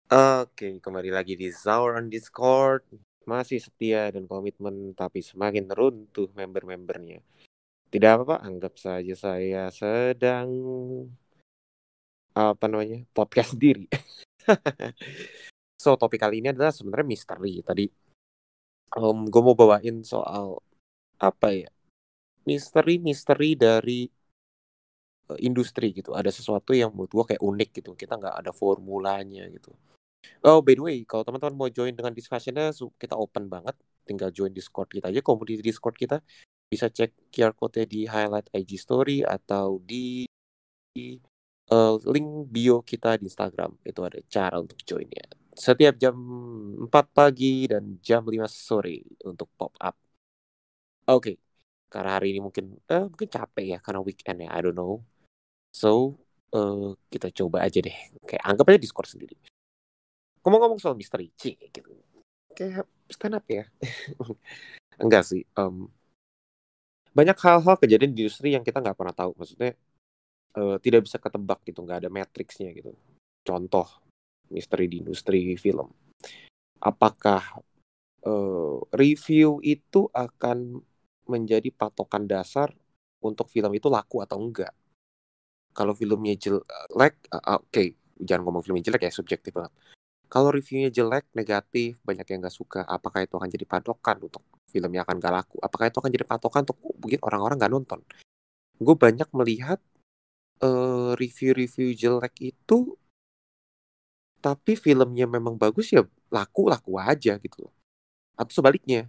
Oke, kembali lagi di Zaur on Discord. Masih setia dan komitmen, tapi semakin runtuh member-membernya. Tidak apa-apa, anggap saja saya sedang podcast sendiri. So, topik kali ini adalah sebenarnya misteri. Tadi gue mau bawain soal apa ya? Misteri-misteri dari industri gitu. Ada sesuatu yang menurut gue kayak unik gitu. Kita nggak ada formulanya gitu. Oh, by the way, kalau teman-teman mau join dengan discussion-nya, kita open banget. Tinggal join Discord kita aja, komunitas Discord kita. Bisa cek QR code-nya di highlight IG story atau di link bio kita di Instagram. Itu ada cara untuk join-nya. Setiap jam 4 pagi dan jam 5 sore untuk pop up. Oke, karena hari ini mungkin capek ya, karena weekend ya, I don't know. So, kita coba aja deh. Kayak anggap aja Discord sendiri. Ngomong-ngomong soal misteri, gitu. Kayak stand up ya. Enggak sih, banyak hal-hal kejadian di industri yang kita nggak pernah tahu. Maksudnya tidak bisa ketebak gitu, nggak ada matriksnya gitu. Contoh misteri di industri film, apakah review itu akan menjadi patokan dasar untuk film itu laku atau enggak? Kalau filmnya jelek, oke, jangan ngomong filmnya jelek ya, subjektif banget. Kalau reviewnya jelek, negatif, banyak yang nggak suka, apakah itu akan jadi patokan untuk filmnya akan gak laku? Apakah itu akan jadi patokan untuk mungkin orang-orang nggak nonton? Gue banyak melihat review-review jelek itu, tapi filmnya memang bagus ya laku-laku aja gitu loh. Atau sebaliknya,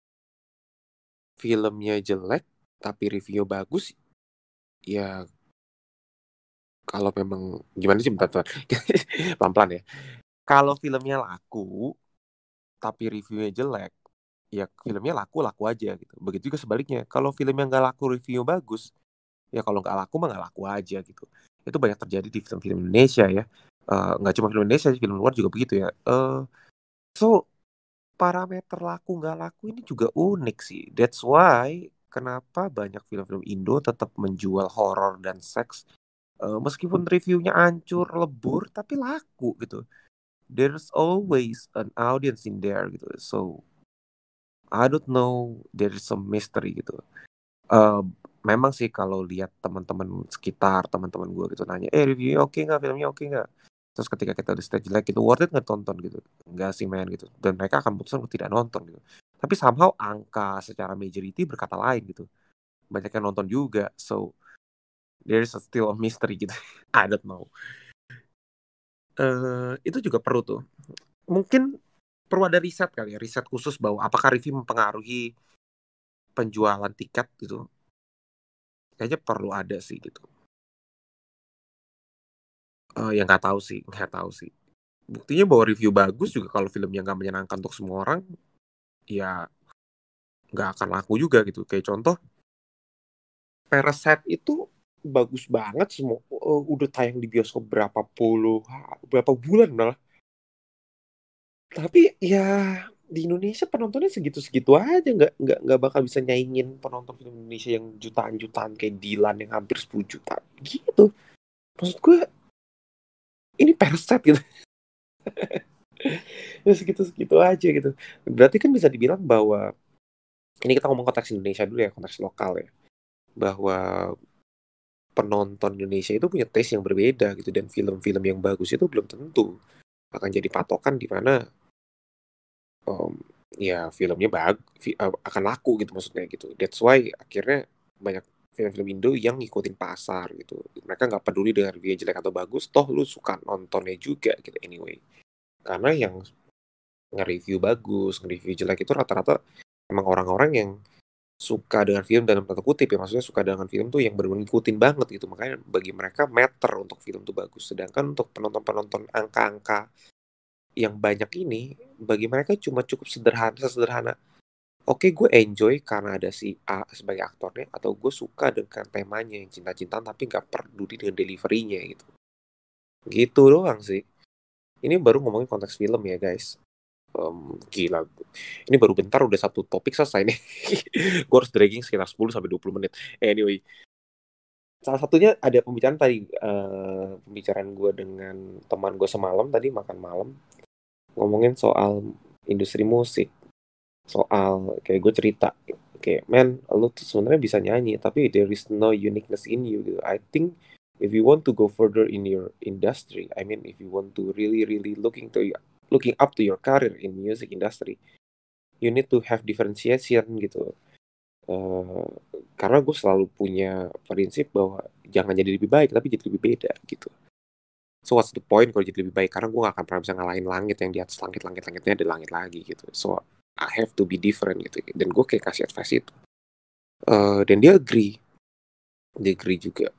filmnya jelek tapi review bagus, ya kalau memang gimana sih, bentar, pelan-pelan ya. Kalau filmnya laku tapi reviewnya jelek, ya filmnya laku-laku aja gitu. Begitu juga sebaliknya, kalau filmnya nggak laku review bagus, ya kalau nggak laku mah nggak laku aja gitu. Itu banyak terjadi di film-film Indonesia ya. Nggak cuma film Indonesia, film luar juga begitu ya. So, parameter laku nggak laku ini juga unik sih. That's why kenapa banyak film-film Indo tetap menjual horor dan seks. Meskipun reviewnya hancur, lebur, tapi laku gitu. There's always an audience in there gitu. So, I don't know, there is some mystery gitu. Eh, Memang sih kalau lihat teman-teman sekitar, teman-teman gue gitu nanya, reviewnya oke nggak, filmnya oke nggak? Terus ketika kita udah stage jelek gitu, worth it nggak tonton gitu? Enggak sih men gitu. Dan mereka akan putuskan untuk tidak nonton gitu. Tapi somehow angka secara majority berkata lain gitu. Banyak yang nonton juga, so there is still a mystery gitu. I don't know. Itu juga perlu tuh. Mungkin perlu ada riset kali ya, riset khusus bahwa apakah review mempengaruhi penjualan tiket gitu. Kayaknya perlu ada sih gitu. Ya nggak tahu sih, nggak tahu sih. Buktinya bahwa review bagus juga kalau filmnya nggak menyenangkan untuk semua orang, ya nggak akan laku juga gitu. Kayak contoh, Parasite itu bagus banget, semua udah tayang di bioskop berapa bulan malah. Tapi ya di Indonesia penontonnya segitu-segitu aja, nggak bakal bisa nyaingin penonton film Indonesia yang jutaan-jutaan kayak Dilan yang hampir 10 juta gitu. Maksud gue ini Parasite gitu. Ya segitu-segitu aja gitu. Berarti kan bisa dibilang bahwa ini kita ngomong konteks Indonesia dulu ya, konteks lokal ya, bahwa penonton Indonesia itu punya taste yang berbeda gitu, dan film-film yang bagus itu belum tentu akan jadi patokan di mana um, ya filmnya akan laku gitu, maksudnya gitu. That's why akhirnya banyak film-film Indo yang ngikutin pasar gitu. Mereka nggak peduli dengan review jelek atau bagus, toh lu suka nontonnya juga gitu anyway. Karena yang nge-review bagus, nge-review jelek itu rata-rata emang orang-orang yang suka dengan film dalam tanda kutip ya, maksudnya suka dengan film tuh yang benar-benar ngikutin banget gitu, makanya bagi mereka matter untuk film tuh bagus. Sedangkan untuk penonton-penonton angka-angka yang banyak ini, bagi mereka cuma cukup sederhana, oke gue enjoy karena ada si A sebagai aktornya, atau gue suka dengan temanya yang cinta-cintaan tapi nggak peduli dengan deliverynya gitu. Gitu doang sih. Ini baru ngomongin konteks film ya guys. Gila, ini baru bentar udah satu topik selesai nih. Gue harus dragging sekitar 10 sampai 20 menit. Anyway, salah satunya ada pembicaraan tadi, pembicaraan gue dengan teman gue semalam tadi makan malam, ngomongin soal industri musik, soal kayak gue cerita, kayak man, lu tuh sebenarnya bisa nyanyi, tapi there is no uniqueness in you gitu. I think if you want to go further in your industry, I mean if you want to really really looking up to your career in music industry, you need to have differentiation gitu. Eh, karena gue selalu punya prinsip bahwa jangan jadi lebih baik tapi jadi lebih beda gitu. So what's the point kalau jadi lebih baik? Karena gue gak akan pernah bisa ngalahin langit yang di atas langit, langitnya ada langit lagi gitu. So I have to be different gitu. Dan gue kayak kasih advice itu. Dan dia agree juga.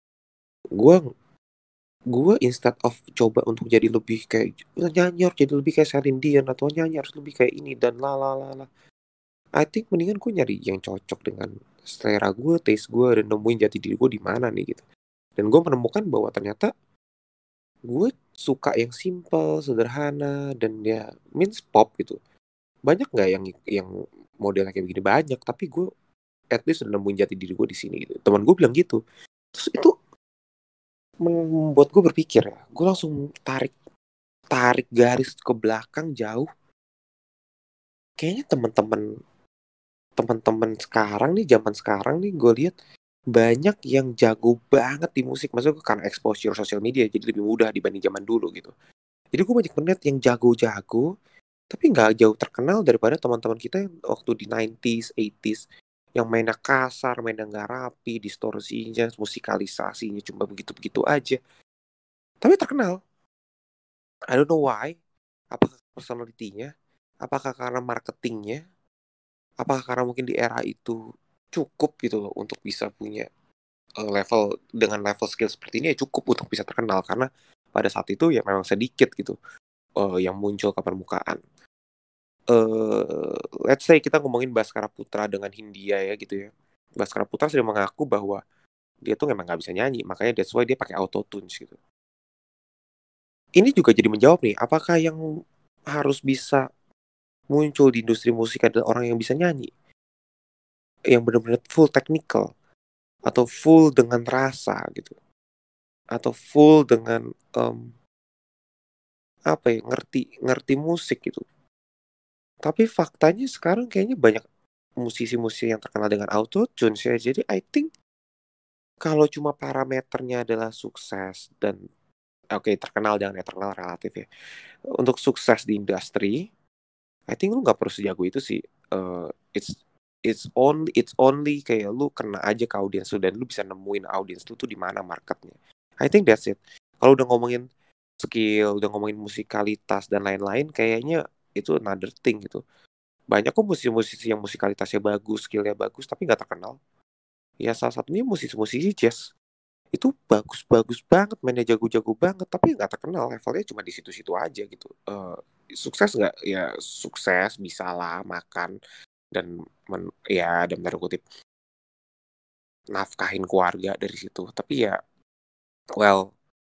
Gue instead of coba untuk jadi lebih kayak nyanyi harus jadi lebih kayak Celine Dion atau nyanyi harus lebih kayak ini dan la. I think mendingan gue nyari yang cocok dengan selera gue, taste gue, dan nemuin jati diri gue di mana nih gitu. Dan gue menemukan bahwa ternyata gue suka yang simple, sederhana, dan ya means pop gitu. Banyak nggak yang modelnya kayak begini? Banyak, tapi gue at least udah nemuin jati diri gue di sini gitu. Teman gue bilang gitu. Terus itu membuat gue berpikir ya. Gue langsung tarik garis ke belakang jauh. Kayaknya teman-teman sekarang nih, zaman sekarang nih, gue lihat banyak yang jago banget di musik. Maksudnya karena exposure sosial media jadi lebih mudah dibanding zaman dulu gitu. Jadi gue banyak melihat yang jago-jago tapi nggak jauh terkenal daripada teman-teman kita yang waktu di 90s, 80s yang mainnya kasar, mainnya nggak rapi, distorsinya, musikalisasinya cuma begitu-begitu aja. Tapi terkenal. I don't know why. Apakah personality-nya? Apakah karena marketingnya? Apakah karena mungkin di era itu cukup gitu loh untuk bisa punya level dengan level skill seperti ini ya cukup untuk bisa terkenal karena pada saat itu ya memang sedikit gitu yang muncul ke permukaan. Let's say kita ngomongin Baskara Putra dengan Hindia ya gitu ya. Baskara Putra sudah mengaku bahwa dia tuh memang nggak bisa nyanyi, makanya that's why dia pakai autotune gitu. Ini juga jadi menjawab nih, apakah yang harus bisa muncul di industri musik adalah orang yang bisa nyanyi, yang benar-benar full technical, atau full dengan rasa gitu, atau full dengan apa ya, ngerti musik gitu. Tapi faktanya sekarang kayaknya banyak musisi-musisi yang terkenal dengan autotune ya. Jadi I think kalau cuma parameternya adalah sukses dan oke, terkenal jangan ya, terkenal relatif ya. Untuk sukses di industri, I think lu nggak perlu sejago itu sih. Eh, it's only kayak lu kena aja ke audiens lu dan lu bisa nemuin audiens lu tuh di mana marketnya. I think that's it. Kalau udah ngomongin skill, udah ngomongin musikalitas dan lain-lain, kayaknya itu another thing gitu. Banyak kok musisi-musisi yang musikalitasnya bagus, skillnya bagus, tapi nggak terkenal. Ya salah satunya musisi-musisi jazz. Itu bagus-bagus banget, mainnya jago-jago banget, tapi nggak terkenal, levelnya cuma di situ-situ aja gitu. Sukses nggak? Ya sukses, bisa lah makan dan ya dan tanda kutip nafkahin keluarga dari situ. Tapi ya, well,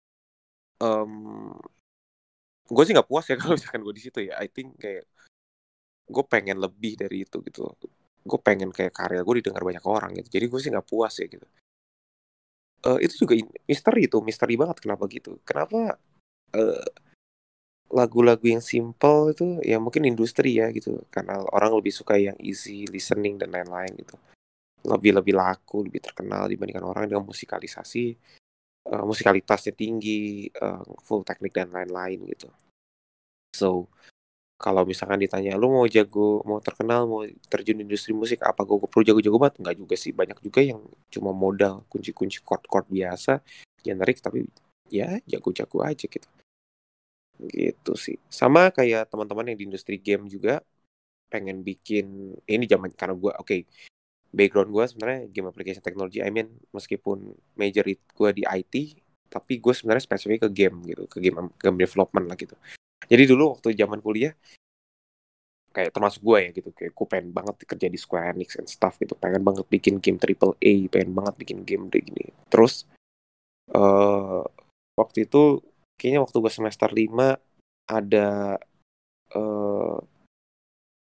gue sih nggak puas ya kalau misalkan gue di situ ya. I think kayak gue pengen lebih dari itu gitu. Gue pengen kayak karya gue didengar banyak orang gitu. Jadi gue sih nggak puas ya gitu. Itu juga misteri banget kenapa gitu. Kenapa eh, lagu-lagu yang simple itu ya mungkin industri ya gitu karena orang lebih suka yang easy listening dan lain-lain gitu, lebih laku, lebih terkenal dibandingkan orang dengan musikalitasnya tinggi, full teknik dan lain-lain gitu. So kalau misalkan ditanya lu mau terkenal, mau terjun di industri musik apa gue perlu jago-jago banget, enggak juga sih, banyak juga yang cuma modal kunci-kunci chord-chord biasa generik tapi ya jago-jago aja gitu. Gitu sih. Sama kayak teman-teman yang di industri game juga pengen bikin ini zaman karena gue background gue sebenarnya game application technology. I mean meskipun major gue di IT, tapi gue sebenarnya spesifik ke game gitu, ke game development lah gitu. Jadi dulu waktu zaman kuliah kayak termasuk gue ya gitu, kayak gue pengen banget kerja di Square Enix and stuff gitu, pengen banget bikin game triple A, pengen banget bikin game kayak gini. Terus eh waktu itu kayaknya waktu gue semester 5 ada eh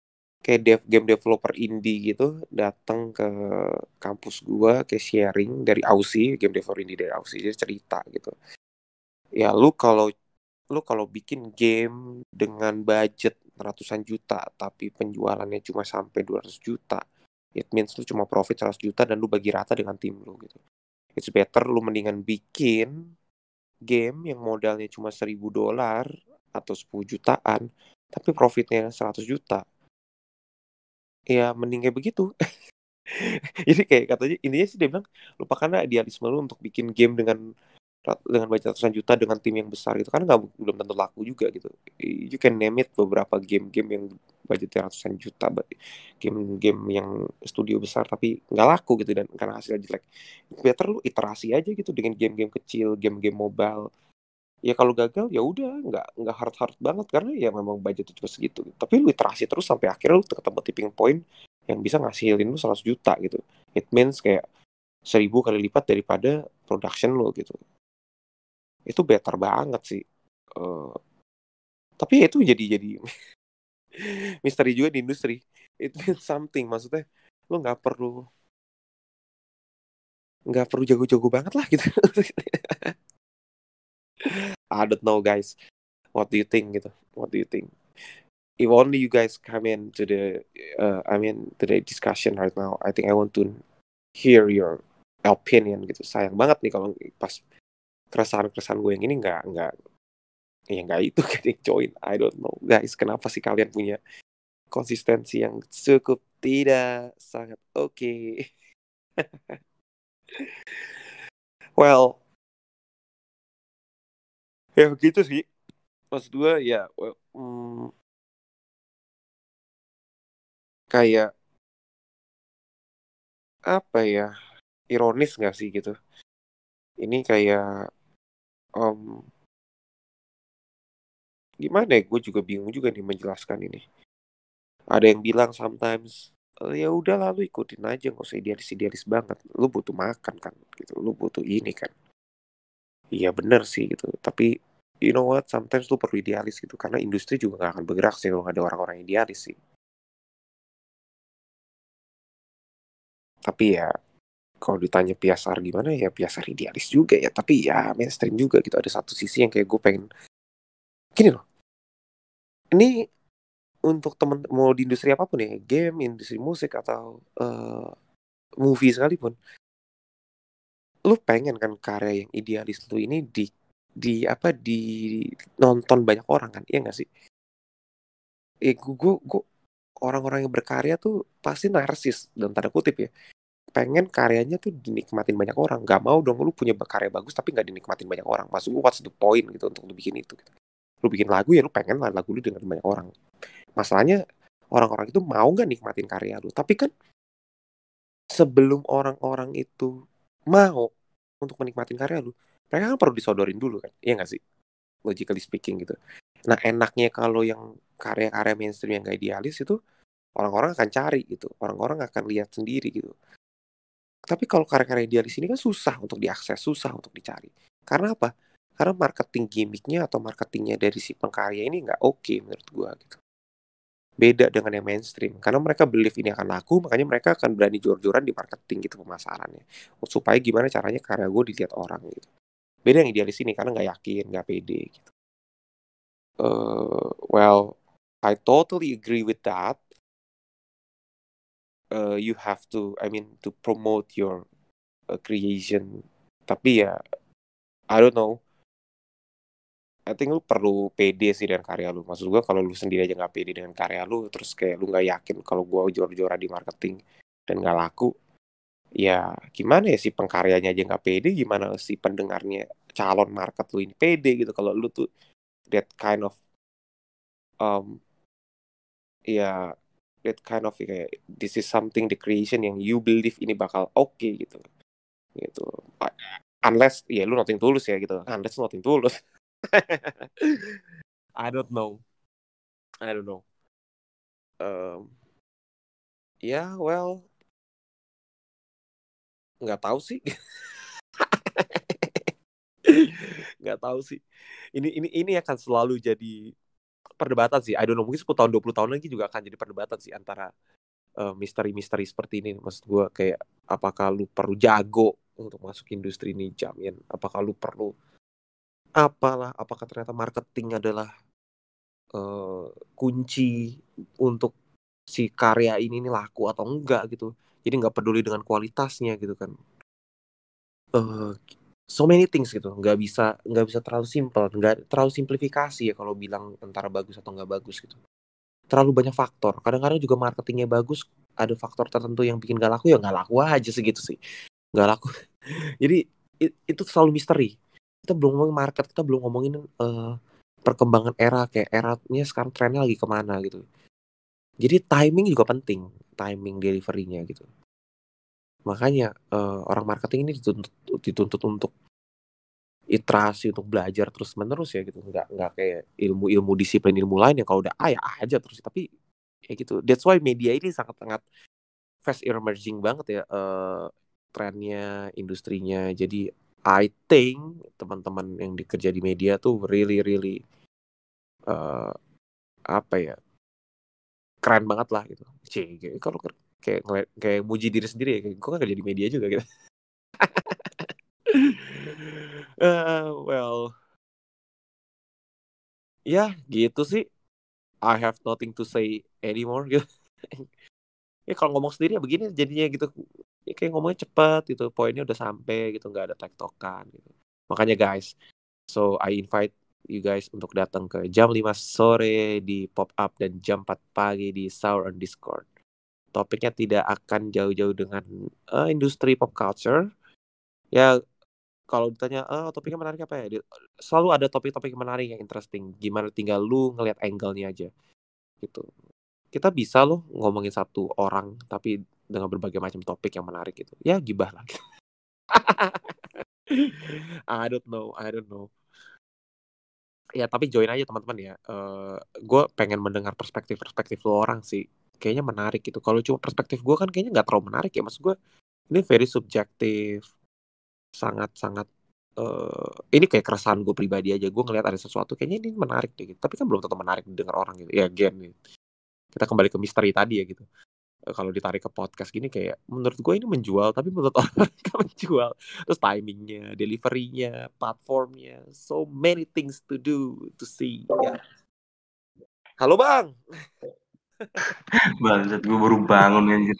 kayak game developer indie gitu datang ke kampus gua kayak sharing dari Aussie, game developer indie dari Aussie, dia cerita gitu. Ya lu kalau bikin game dengan budget ratusan juta tapi penjualannya cuma sampai 200 juta, it means lu cuma profit 100 juta dan lu bagi rata dengan tim lu gitu. It's better lu mendingan bikin game yang modalnya cuma $1.000 atau 10 jutaan tapi profitnya 100 juta. Ya mending kayak begitu. Jadi kayak katanya intinya sih dia bilang lupakanlah idealisme lu untuk bikin game dengan budget ratusan juta dengan tim yang besar gitu kan nggak belum tentu laku juga gitu. You can name it beberapa game-game yang budgetnya ratusan juta, game-game yang studio besar tapi nggak laku gitu dan karena hasilnya jelek. Better lu iterasi aja gitu dengan game-game kecil, game-game mobile. Ya kalau gagal ya udah nggak hard banget karena ya memang budgetnya cuma segitu. Tapi lu iterasi terus sampai akhirnya lu ketemu tipping point yang bisa ngasilin lu 100 juta gitu. It means kayak 1.000 kali lipat daripada production lo gitu. Itu better banget sih. Eh, tapi ya itu jadi misteri juga di industri. It means something maksudnya lo nggak perlu jago-jago banget lah gitu. I don't know guys. What do you think gitu? What do you think? If only you guys come in to the discussion right now. I think I want to hear your opinion gitu. Sayang banget nih kalau pas keresahan-keresahan gue yang ini nggak itu kan yang join. I don't know guys, kenapa sih kalian punya konsistensi yang cukup tidak sangat oke. Well, ya begitu sih. Maksud gue ya, kayak apa ya, ironis nggak sih gitu. Ini kayak um, gimana ya? Gue juga bingung juga nih menjelaskan ini. Ada yang bilang sometimes ya udah lalu ikutin aja nggak usah idealis banget. Lu butuh makan kan, gitu. Lu butuh ini kan. Iya bener sih gitu. Tapi you know what? Sometimes lu perlu idealis gitu. Karena industri juga gak akan bergerak sih kalau gak ada orang-orang idealis sih. Tapi ya kalau ditanya PSR gimana ya PSR idealis juga ya. Tapi ya mainstream juga gitu. Ada satu sisi yang kayak gue pengen. Gini loh. Ini untuk temen mau di industri apapun ya. Game, industri musik atau movie sekalipun. Lu pengen kan karya yang idealis lu ini di nonton banyak orang kan. Iya gak sih? Gue orang-orang yang berkarya tuh pasti narsis dalam tanda kutip ya, pengen karyanya tuh dinikmatin banyak orang, nggak mau dong lu punya karya bagus tapi nggak dinikmatin banyak orang. Maksud gue what's the point gitu untuk lu bikin itu gitu. Lu bikin lagu ya lu pengen lah lagu lu dengan banyak orang. Masalahnya orang-orang itu mau nggak nikmatin karya lu, tapi kan sebelum orang-orang itu mau untuk menikmatin karya lu, mereka kan perlu disodorin dulu kan, iya nggak sih, logically speaking gitu. Nah enaknya kalau yang karya-karya mainstream yang gak idealis itu orang-orang akan cari gitu, orang-orang akan lihat sendiri gitu. Tapi kalau karya-karya idealis ini kan susah untuk diakses, susah untuk dicari. Karena apa? Karena marketing gimmicknya atau marketingnya dari si pengkarya ini nggak oke menurut gua gitu. Beda dengan yang mainstream. Karena mereka believe ini akan laku, makanya mereka akan berani jor-joran di marketing gitu pemasarannya. Supaya gimana caranya karya gue dilihat orang gitu. Beda yang idealis ini karena nggak yakin, nggak pede gitu. Well, I totally agree with that. You have to, to promote your creation. Tapi ya, I don't know. I think lu perlu pede sih dengan karya lu. Maksud gua kalau lu sendiri aja nggak pede dengan karya lu, terus kayak lu nggak yakin kalau gua jor-joran di marketing dan nggak laku, ya gimana ya si pengkaryanya aja nggak pede, gimana si pendengarnya calon market lu ini pede gitu. Kalau lu tuh that kind of um ya kayak this is something the creation yang you believe ini bakal oke gitu. Gitu. Unless ya lu nothing tulus ya gitu. Unless nothing tulus. I don't know. I don't know. Um, ya, well, nggak tahu sih. Nggak tahu sih. Ini akan selalu jadi perdebatan sih. I don't know, mungkin 10 tahun 20 tahun lagi juga akan jadi perdebatan sih antara misteri-misteri seperti ini. Maksud gue kayak apakah lu perlu jago untuk masuk industri ini, jamin. Apakah lu perlu apakah ternyata marketing adalah kunci untuk si karya ini nih laku atau enggak gitu. Jadi nggak peduli dengan kualitasnya gitu kan. So many things gitu, nggak bisa terlalu simpel, nggak terlalu simplifikasi ya kalau bilang antara bagus atau nggak bagus gitu. Terlalu banyak faktor. Kadang-kadang juga marketingnya bagus, ada faktor tertentu yang bikin nggak laku, ya nggak laku aja segitu sih, nggak laku. Jadi itu selalu misteri. Kita belum ngomongin market, kita belum ngomongin perkembangan era, kayak eranya sekarang trennya lagi kemana gitu. Jadi timing juga penting, timing delivery-nya gitu. Makanya orang marketing ini dituntut untuk iterasi, untuk belajar terus menerus ya gitu, nggak kayak ilmu disiplin ilmu lain yang kalau udah ya aja terus. Tapi kayak gitu, that's why media ini sangat fast emerging banget ya trennya, industrinya. Jadi I think teman-teman yang dikerja di media tuh really apa ya, keren banget lah gitu. Kalau kayak muji diri sendiri ya, kayak gue kan kerja di media juga gitu. Well, ya gitu sih. I have nothing to say anymore gitu. Ya kalau ngomong sendiri ya begini jadinya gitu. Ya kayak ngomongnya cepat gitu, poinnya udah sampai gitu, nggak ada tektokan gitu. Makanya guys, so I invite you guys untuk datang ke jam 5 sore di Pop Up dan jam 4 pagi di Sour on Discord. Topiknya tidak akan jauh-jauh dengan industri pop culture. Ya kalau ditanya topiknya menarik apa ya? Selalu ada topik-topik menarik yang interesting. Gimana tinggal lu ngelihat angle-nya aja gitu. Kita bisa loh ngomongin satu orang tapi dengan berbagai macam topik yang menarik gitu. Ya gibah lah. I don't know. Ya tapi join aja teman-teman ya. Gue pengen mendengar perspektif lo orang sih. Kayaknya menarik gitu. Kalau cuma perspektif gue kan kayaknya nggak terlalu menarik ya. Maksud gue ini very subjektif. Sangat ini kayak keresahan gue pribadi aja. Gue ngeliat ada sesuatu kayaknya ini menarik deh gitu. Tapi kan belum tentu menarik didengar orang gitu. Ya again, kita kembali ke misteri tadi ya gitu. Kalau ditarik ke podcast gini kayak menurut gue ini menjual, tapi menurut orang gak menjual. Terus timingnya, deliverynya, platformnya, so many things to do, to see ya. Halo bang. Bangsat, gue baru bangun anjir.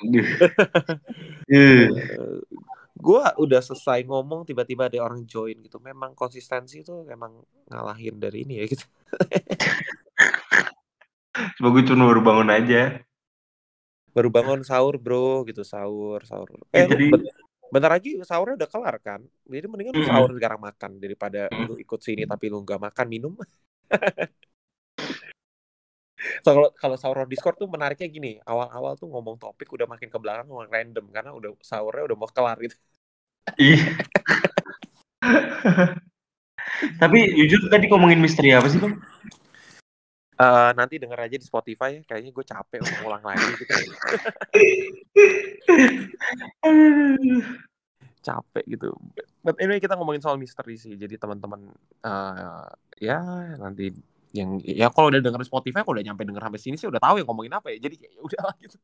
Gue udah selesai ngomong tiba-tiba ada orang join gitu. Memang konsistensi tuh memang ngalahin dari ini ya gitu. Coba gue cuma baru bangun aja. Baru bangun sahur bro gitu, sahur. Lu Tadi bentar lagi sahurnya udah kelar kan? Jadi mendingan lu sahur sekarang makan daripada lu ikut sini tapi lu nggak makan minum. Kalau sahur Discord tuh menariknya gini, awal-awal tuh ngomong topik udah makin ke belakang ngomong random karena udah sahurnya udah mau kelar gitu. Ih. Tapi jujur tadi ngomongin misteri apa sih bang? Nanti denger aja di Spotify, kayaknya gue capek untuk ngulang lagi gitu. Capek gitu. But anyway, kita ngomongin soal misteri sih. Jadi teman-teman ya nanti yang ya kalau udah denger Spotify, kalau udah nyampe denger sampai sini sih udah tahu yang ngomongin apa ya. Jadi kayak udah lah gitu.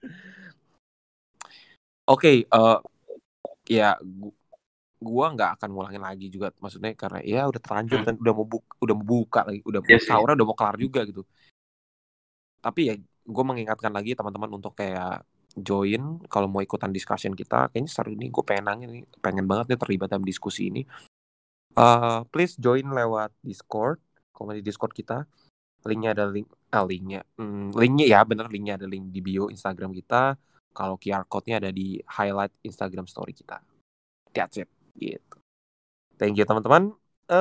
Oke, ya gua nggak akan ngulangin lagi juga, maksudnya karena ya udah terlanjur dan udah mau buka lagi, udah Yes, sahurnya udah mau kelar juga gitu. Tapi ya gue mengingatkan lagi teman-teman untuk kayak join kalau mau ikutan discussion kita. Kayaknya seru nih, gue pengen banget nih terlibat dalam diskusi ini. Please join lewat Discord, komunitas Discord kita. Linknya ada linknya ya bener, linknya ada link di bio Instagram kita. Kalau QR code-nya ada di highlight Instagram story kita. That's it gitu. Thank you teman-teman.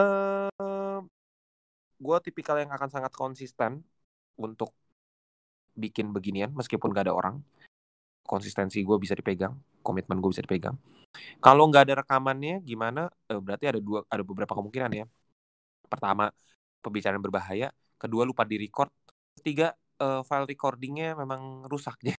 Gue tipikal yang akan sangat konsisten untuk bikin beginian meskipun gak ada orang. Konsistensi gue bisa dipegang, komitmen gue bisa dipegang. Kalau nggak ada rekamannya gimana? Berarti ada beberapa kemungkinan ya. Pertama, pembicaraan berbahaya. Kedua, lupa di record. Ketiga, file recordingnya memang rusak.